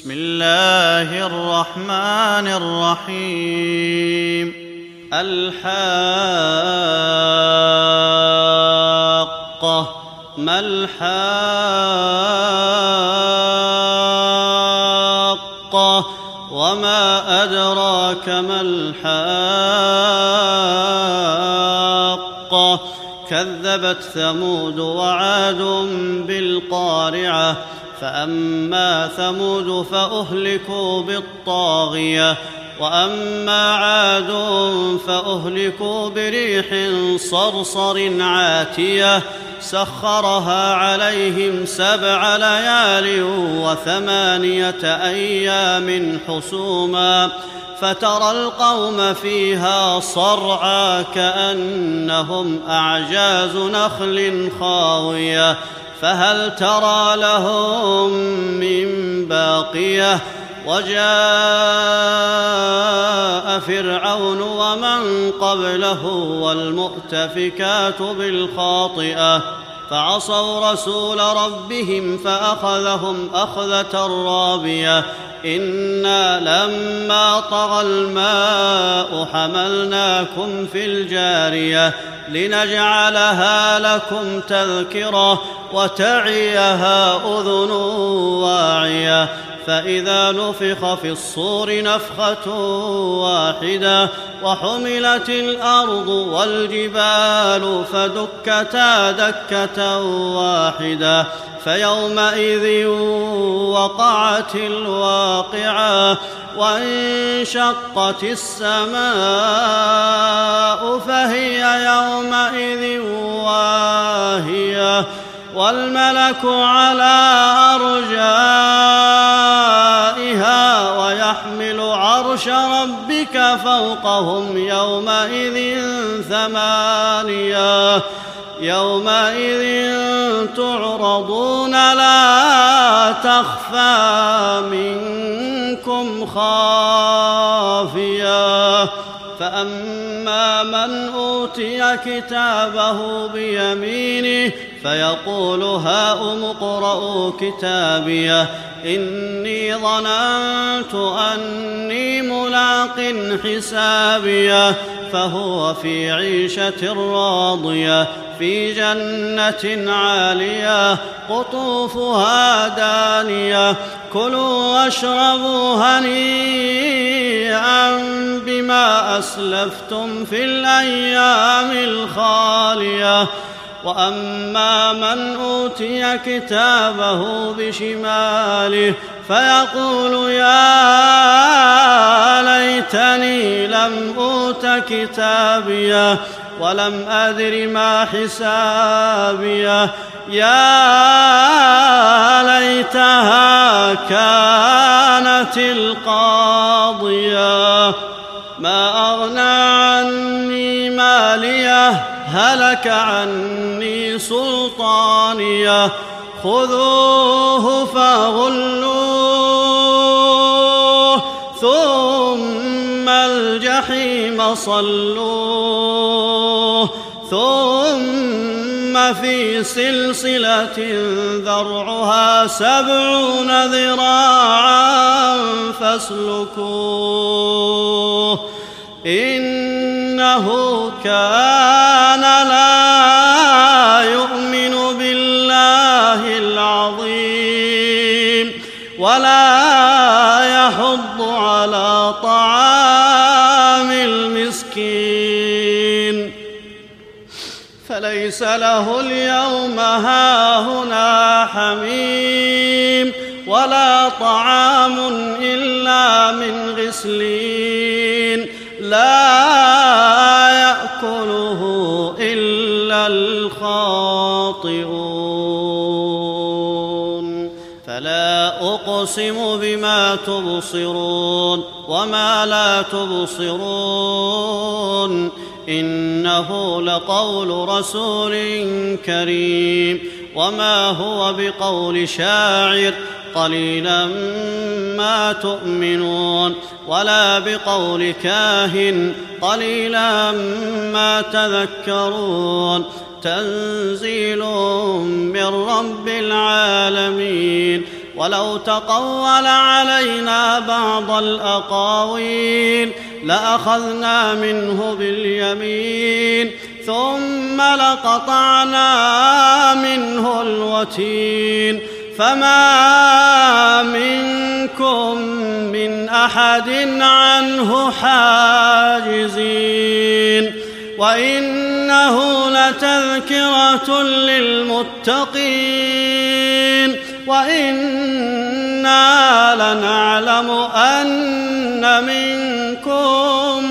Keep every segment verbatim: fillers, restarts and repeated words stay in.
بسم الله الرحمن الرحيم. الحاقة. ما الحاقة وما أدراك ما الحاقة. كذبت ثمود وعاد بالقارعة. فأما ثمود فأهلكوا بالطاغية وأما عاد فأهلكوا بريح صرصر عاتية سخرها عليهم سبع ليال وثمانية أيام حسوما فترى القوم فيها صرعى كأنهم أعجاز نخل خاوية فهل ترى لهم من باقية. وجاء فرعون ومن قبله والمؤتفكات بالخاطئة فعصوا رسول ربهم فأخذهم أخذة رابية. إنا لما طغى الماء حملناكم في الجارية لنجعلها لكم تذكرة وتعيها أذن واعية. فإذا نفخ في الصور نفخة واحدة وحملت الأرض والجبال فدكتا دكة واحدة فيومئذ وقعت الواقعة وانشقت السماء فهي يومئذ واهية والملك على أرجائها ويحمل عرش ربك فوقهم يومئذ ثمانية. يومئذ تعرضون لا تخفى منكم خافية. فأما من أوتي كتابه بيمينه فيقول هاؤم اقرءوا كتابيه إني ظننت أني ملاق حسابيه. فهو في عيشة راضية في جنة عالية قطوفها دانية. كلوا واشربوا هنيئا بما أسلفتم في الأيام الخالية. وأما من أوتي كتابه بشماله فيقول يا ليتني لم أوت كتابيه ولم أدر ما حسابيه يا ليتها كانت القاضية ما أغنى عني ماليه هلك عني سلطانيه خذوه فغلوه ثم الجحيم صلوه ثم في سلسلة ذرعها سبعون ذراعا فاسلكوه إنه كان لا يؤمن بالله العظيم ولا يحض على طعام المسكين فليس له اليوم هاهنا حميم ولا طعام إلا من غسلين لا يأكله إلا الخاطئون. فلا أقسم بما تبصرون وما لا تبصرون إنه لقول رسول كريم وما هو بقول شاعر قليلا ما تؤمنون ولا بقول كاهن قليلا ما تذكرون تنزيل من رب العالمين ولو تقول علينا بعض الأقاويل لأخذنا منه باليمين ثم لقطعنا منه الوتين فما منكم من أحد عنه حاجزين وإنه لتذكرة للمتقين وإنا لنعلم أن منكم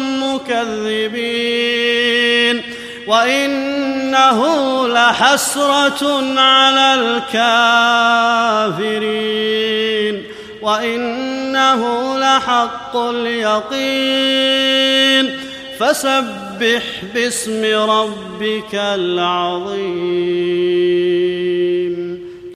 مكذبين وإنه لحسرة على الكافرين وإنه لحق اليقين فسبح باسم ربك العظيم.